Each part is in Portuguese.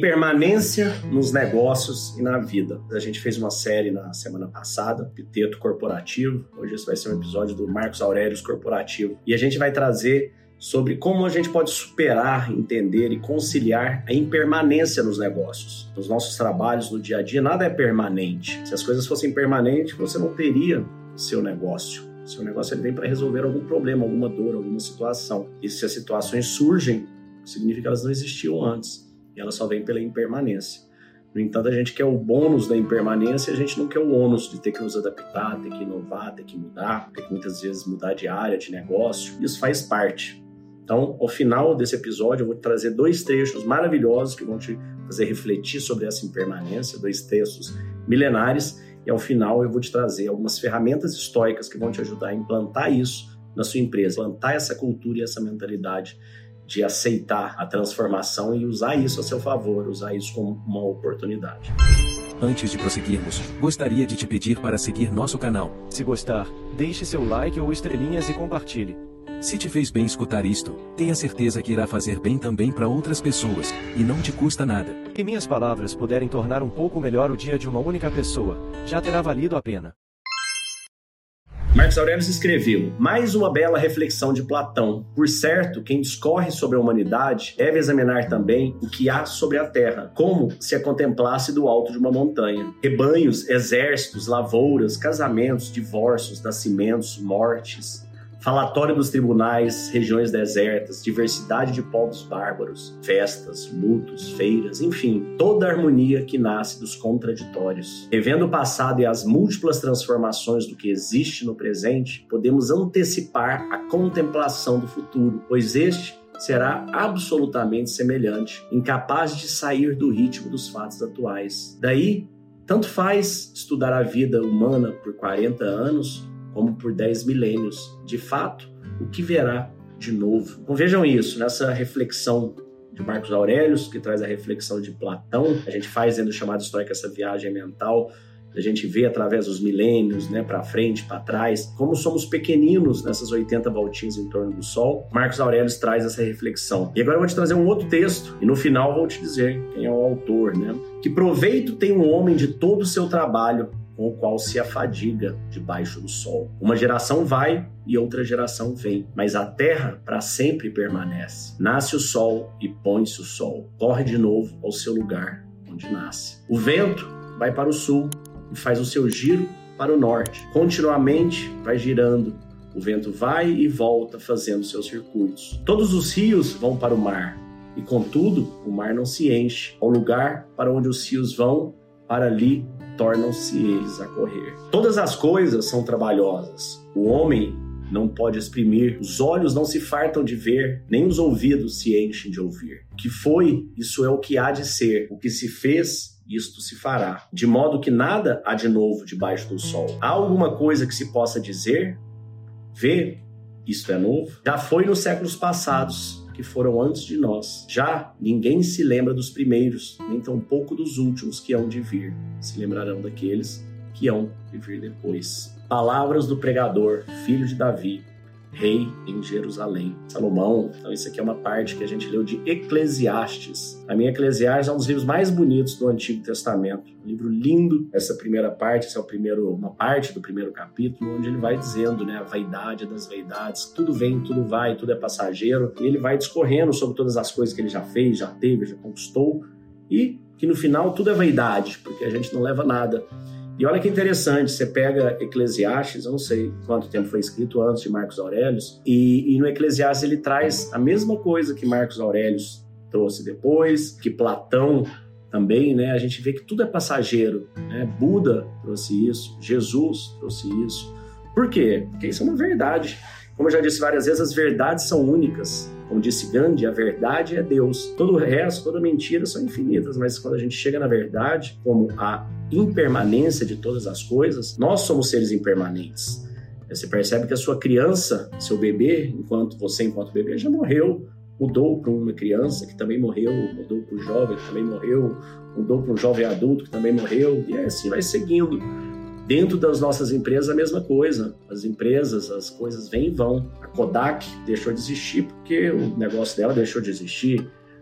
Impermanência nos negócios e na vida. A gente fez uma série na semana passada, Epiteto Corporativo. Hoje esse vai ser um episódio do Marcos Aurelius Corporativo. E a gente vai trazer sobre como a gente pode superar, entender e conciliar a impermanência nos negócios. Nos nossos trabalhos, no dia a dia, nada é permanente. Se as coisas fossem permanentes, você não teria seu negócio. Seu negócio ele vem para resolver algum problema, alguma dor, alguma situação. E se as situações surgem, significa que elas não existiam antes. E ela só vem pela impermanência. No entanto, a gente quer o bônus da impermanência e a gente não quer o ônus de ter que nos adaptar, ter que inovar, ter que mudar, ter que muitas vezes mudar de área, de negócio. Isso faz parte. Então, ao final desse episódio, eu vou te trazer 2 trechos maravilhosos que vão te fazer refletir sobre essa impermanência, 2 textos milenares, e ao final eu vou te trazer algumas ferramentas estoicas que vão te ajudar a implantar isso na sua empresa, implantar essa cultura e essa mentalidade de aceitar a transformação e usar isso a seu favor, usar isso como uma oportunidade. Antes de prosseguirmos, gostaria de te pedir para seguir nosso canal. Se gostar, deixe seu like ou estrelinhas e compartilhe. Se te fez bem escutar isto, tenha certeza que irá fazer bem também para outras pessoas, e não te custa nada. Se minhas palavras puderem tornar um pouco melhor o dia de uma única pessoa, já terá valido a pena. Marcos Aurelius escreveu: mais uma bela reflexão de Platão. Por certo, quem discorre sobre a humanidade deve examinar também o que há sobre a terra, como se a contemplasse do alto de uma montanha. Rebanhos, exércitos, lavouras, casamentos, divórcios, nascimentos, mortes, falatório dos tribunais, regiões desertas, diversidade de povos bárbaros, festas, lutos, feiras, enfim, toda a harmonia que nasce dos contraditórios. Revendo o passado e as múltiplas transformações do que existe no presente, podemos antecipar a contemplação do futuro, pois este será absolutamente semelhante, incapaz de sair do ritmo dos fatos atuais. Daí, tanto faz estudar a vida humana por 40 anos, como por 10 milênios. De fato, o que verá de novo? Então vejam isso, nessa reflexão de Marcos Aurelius, que traz a reflexão de Platão, a gente faz dentro do chamado estoico essa viagem mental, a gente vê através dos milênios, né, para frente, para trás, como somos pequeninos nessas 80 voltinhas em torno do Sol. Marcos Aurelius traz essa reflexão. E agora eu vou te trazer um outro texto, e no final vou te dizer quem é o autor, né? Que proveito tem um homem de todo o seu trabalho, com o qual se afadiga debaixo do sol. Uma geração vai e outra geração vem, mas a terra para sempre permanece. Nasce o sol e põe-se o sol. Corre de novo ao seu lugar onde nasce. O vento vai para o sul e faz o seu giro para o norte. Continuamente vai girando. O vento vai e volta fazendo seus circuitos. Todos os rios vão para o mar e, contudo, o mar não se enche. Ao lugar para onde os rios vão, para ali tornam-se eles a correr. Todas as coisas são trabalhosas. O homem não pode exprimir, os olhos não se fartam de ver, nem os ouvidos se enchem de ouvir. O que foi, isso é o que há de ser. O que se fez, isto se fará. De modo que nada há de novo debaixo do sol. Há alguma coisa que se possa dizer? Vê, isto é novo? Já foi nos séculos passados, que foram antes de nós. Já ninguém se lembra dos primeiros, nem tampouco dos últimos que hão de vir. Se lembrarão daqueles que hão de vir depois. Palavras do pregador, filho de Davi, rei em Jerusalém. Salomão. Então isso aqui é uma parte que a gente leu de Eclesiastes. A minha Eclesiastes é um dos livros mais bonitos do Antigo Testamento. Um livro lindo. Essa primeira parte, essa é uma parte do primeiro capítulo, onde ele vai dizendo, né, a vaidade das vaidades. Tudo vem, tudo vai, tudo é passageiro. E ele vai discorrendo sobre todas as coisas que ele já fez, já teve, já conquistou. E que no final tudo é vaidade, porque a gente não leva nada. E olha que interessante, você pega Eclesiastes, eu não sei quanto tempo foi escrito antes de Marcos Aurelius, e no Eclesiastes ele traz a mesma coisa que Marcos Aurelius trouxe depois, que Platão também, né? A gente vê que tudo é passageiro, né? Buda trouxe isso, Jesus trouxe isso. Por quê? Porque isso é uma verdade. Como eu já disse várias vezes, as verdades são únicas. Como disse Gandhi, a verdade é Deus. Todo o resto, toda mentira são infinitas, mas quando a gente chega na verdade, como a impermanência de todas as coisas, nós somos seres impermanentes. Você percebe que a sua criança, seu bebê, enquanto bebê, já morreu, mudou para uma criança que também morreu, mudou para o jovem que também morreu, mudou para um jovem adulto que também morreu, e assim vai seguindo. Dentro das nossas empresas, a mesma coisa. As empresas, as coisas vêm e vão. A Kodak deixou de existir porque o negócio dela deixou de existir.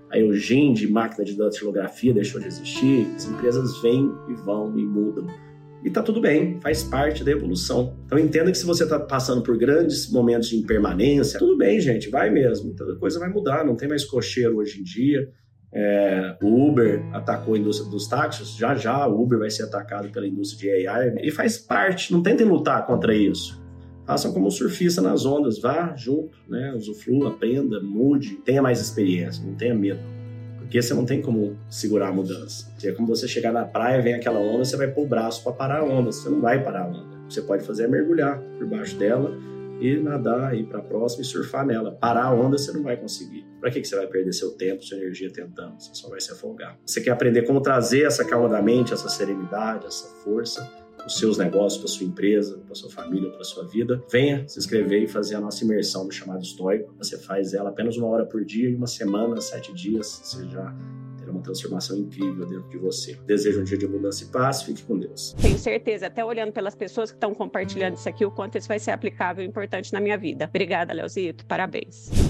A Eugene, de máquina de datilografia, deixou de existir. As empresas vêm e vão e mudam. E tá tudo bem, faz parte da evolução. Então entenda que se você tá passando por grandes momentos de impermanência, tudo bem, gente, vai mesmo. Então, a coisa vai mudar, não tem mais cocheiro hoje em dia. O Uber atacou a indústria dos táxis, já o Uber vai ser atacado pela indústria de AI. E faz parte, não tentem lutar contra isso. Façam como um surfista nas ondas, vá junto, né? Usufrua, aprenda, mude, tenha mais experiência, não tenha medo. Porque você não tem como segurar a mudança. É como você chegar na praia, vem aquela onda, você vai pôr o braço para parar a onda. Você não vai parar a onda. O que você pode fazer é mergulhar por baixo dela e nadar, ir para a próxima e surfar nela. Parar a onda você não vai conseguir. Para que você vai perder seu tempo, sua energia tentando? Você só vai se afogar. Você quer aprender como trazer essa calma da mente, essa serenidade, essa força para os seus negócios, para sua empresa, para sua família, para sua vida, venha se inscrever e fazer a nossa imersão no chamado estoico. Você faz ela apenas 1 hora por dia, em 1 semana, 7 dias, você já terá uma transformação incrível dentro de você. Desejo um dia de mudança e paz, fique com Deus. Tenho certeza, até olhando pelas pessoas que estão compartilhando isso aqui, o quanto isso vai ser aplicável e importante na minha vida. Obrigada, Leozito, parabéns.